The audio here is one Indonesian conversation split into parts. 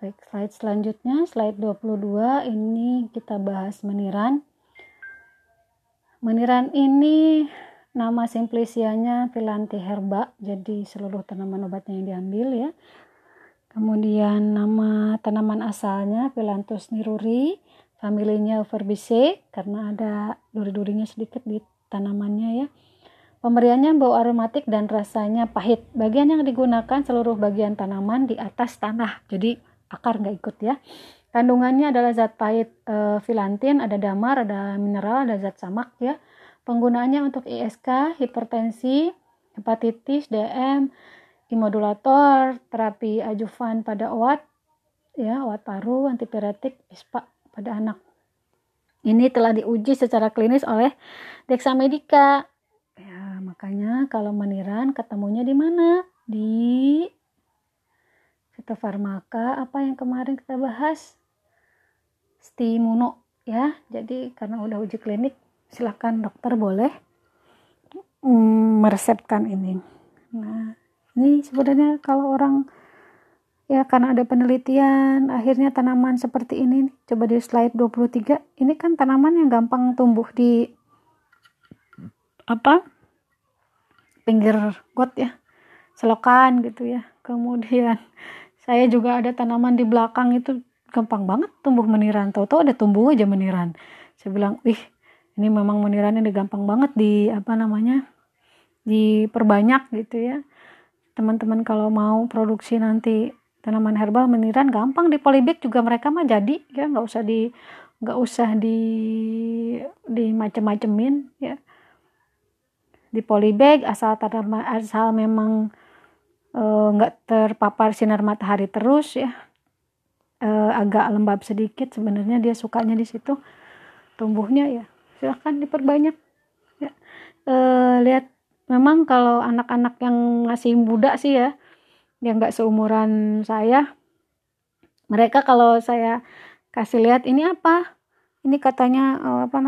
Baik, slide selanjutnya, slide 22, ini kita bahas meniran. Meniran ini nama simplicianya Phyllanthera, jadi seluruh tanaman obatnya yang diambil ya. Kemudian nama tanaman asalnya Phyllanthus niruri, familinya Euphorbiaceae karena ada duri-durinya sedikit di tanamannya ya. Pemberiannya bau aromatik dan rasanya pahit. Bagian yang digunakan seluruh bagian tanaman di atas tanah, jadi akar nggak ikut ya. Kandungannya adalah zat pahit filantin, ada damar, ada mineral, ada zat samak ya. Penggunaannya untuk ISK, hipertensi, hepatitis, DM, imodulator, terapi adjuvan pada oat, ya, oat paru, antipiretik, ISPA pada anak. Ini telah diuji secara klinis oleh Dexamedica. Ya, makanya kalau meniran ketemunya di mana? Di Fitofarmaka, apa yang kemarin kita bahas? Stimuno ya. Jadi karena udah uji klinik, silakan dokter boleh meresepkan ini. Nah, ini sebenarnya kalau orang ya karena ada penelitian akhirnya tanaman seperti ini, coba di slide 23, ini kan tanaman yang gampang tumbuh di pinggir got ya, selokan gitu ya. Kemudian saya juga ada tanaman di belakang itu gampang banget tumbuh meniran, tahu-tahu ada tumbuh aja meniran. Saya bilang, ini memang menirannya udah gampang banget diperbanyak gitu ya. Teman-teman kalau mau produksi nanti tanaman herbal meniran gampang, di polybag juga mereka mah jadi ya, nggak usah di macem-macemin ya. Di polybag asal memang nggak terpapar sinar matahari terus ya, agak lembab sedikit, sebenarnya dia sukanya di situ tumbuhnya ya, silahkan diperbanyak ya. Lihat, memang kalau anak-anak yang masih muda sih ya, yang nggak seumuran saya, mereka kalau saya kasih lihat ini apa, ini katanya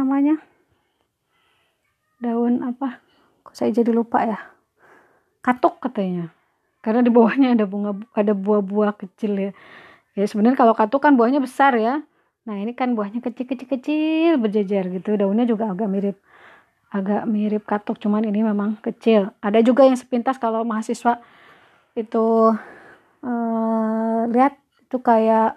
daun apa, kok saya jadi lupa ya, katuk katanya, karena di bawahnya ada buah-buah kecil ya. Ya sebenarnya kalau katuk kan buahnya besar ya. Nah ini kan buahnya kecil berjejer gitu. Daunnya juga agak mirip katuk, cuman ini memang kecil. Ada juga yang sepintas kalau mahasiswa itu lihat itu kayak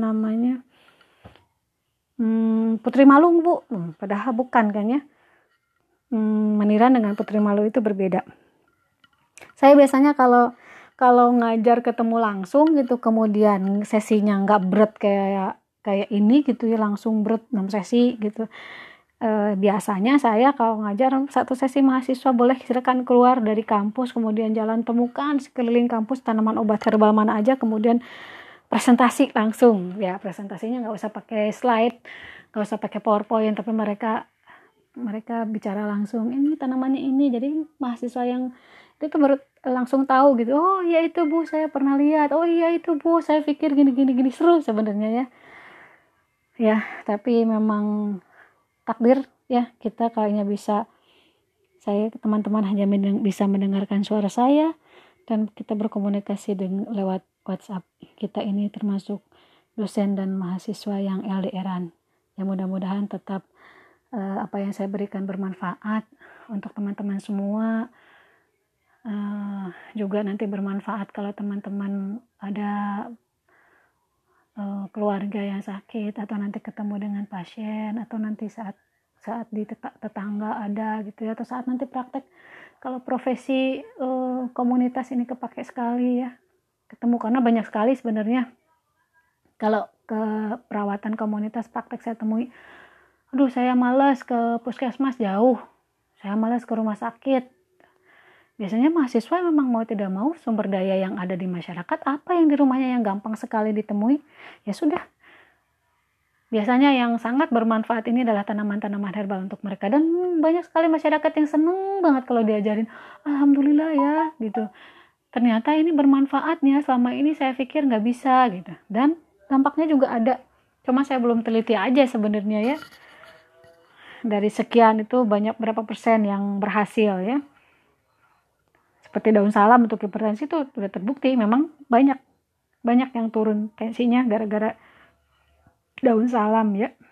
putri malung bu, padahal bukan kan ya. Meniran dengan putri malu itu berbeda. Saya biasanya kalau ngajar ketemu langsung gitu, kemudian sesinya nggak berat kayak ini gitu ya, langsung berat 6 sesi gitu. Biasanya saya kalau ngajar satu sesi mahasiswa boleh silakan keluar dari kampus, kemudian jalan temukan sekeliling kampus tanaman obat herbal mana aja, kemudian presentasi langsung ya. Presentasinya nggak usah pakai slide, nggak usah pakai PowerPoint, tapi mereka bicara langsung, ini tanamannya ini, jadi mahasiswa yang itu baru langsung tahu gitu, oh iya itu bu saya pernah lihat, oh iya itu bu saya pikir gini, seru sebenarnya ya. Tapi memang takdir ya, kita kayaknya teman-teman hanya bisa mendengarkan suara saya dan kita berkomunikasi lewat WhatsApp. Kita ini termasuk dosen dan mahasiswa yang LDRan ya, mudah-mudahan tetap apa yang saya berikan bermanfaat untuk teman-teman semua. Juga nanti bermanfaat kalau teman-teman ada keluarga yang sakit, atau nanti ketemu dengan pasien, atau nanti saat di tetangga ada gitu ya, atau saat nanti praktek. Kalau profesi komunitas ini kepake sekali ya, ketemu, karena banyak sekali sebenarnya. Kalau ke perawatan komunitas praktek saya temui, aduh saya malas ke puskesmas jauh, saya malas ke rumah sakit. Biasanya mahasiswa memang mau tidak mau sumber daya yang ada di masyarakat, apa yang di rumahnya yang gampang sekali ditemui, ya sudah. Biasanya yang sangat bermanfaat ini adalah tanaman-tanaman herbal untuk mereka, dan banyak sekali masyarakat yang seneng banget kalau diajarin, alhamdulillah ya gitu. Ternyata ini bermanfaatnya, selama ini saya pikir nggak bisa gitu, dan dampaknya juga ada. Cuma saya belum teliti aja sebenarnya ya. Dari sekian itu banyak berapa persen yang berhasil ya. Seperti daun salam untuk hipertensi itu sudah terbukti memang banyak banyak yang turun tensinya gara-gara daun salam ya.